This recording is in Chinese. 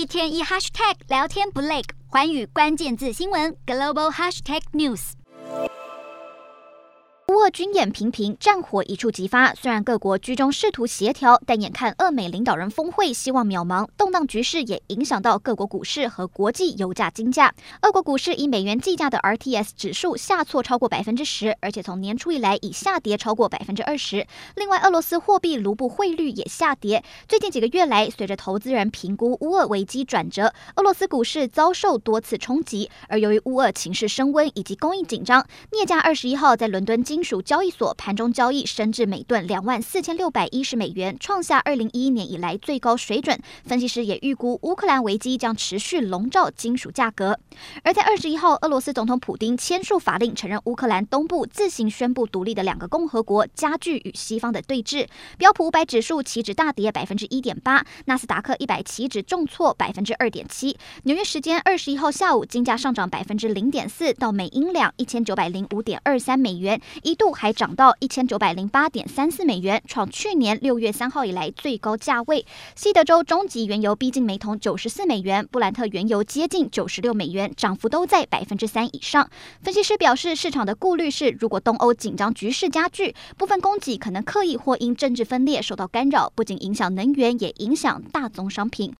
天一 hashtag 聊天不累，寰宇关键字新闻 global hashtag news。乌俄军演频频，战火一触即发。虽然各国居中试图协调，但眼看俄美领导人峰会希望渺茫，动荡局势也影响到各国股市和国际油价金价。俄国股市以美元计价的 RTS 指数下挫超过10%，而且从年初以来已下跌超过20%。另外，俄罗斯货币卢布汇率也下跌。最近几个月来，随着投资人评估乌俄危机转折，俄罗斯股市遭受多次冲击。而由于乌俄情势升温以及供应紧张，镍价21号在伦敦金属交易所盘中交易升至每吨24,610美元，创下2011年以来最高水准。分析师也预估乌克兰危机将持续笼罩金属价格。而在21号，俄罗斯总统普丁签署法令，承认乌克兰东部自行宣布独立的2个共和国，加剧与西方的对峙。标普500指数期指大跌1.8%，纳斯达克100期指重挫2.7%。纽约时间21号下午，金价上涨0.4%到每英两1905.23美元，一度还涨到1908.34美元，创去年6月3号以来最高价位。西德州中级原油逼近每桶94美元，布兰特原油接近96美元，涨幅都在3%以上。分析师表示，市场的顾虑是，如果东欧紧张局势加剧，部分供给可能刻意或因政治分裂受到干扰，不仅影响能源，也影响大宗商品。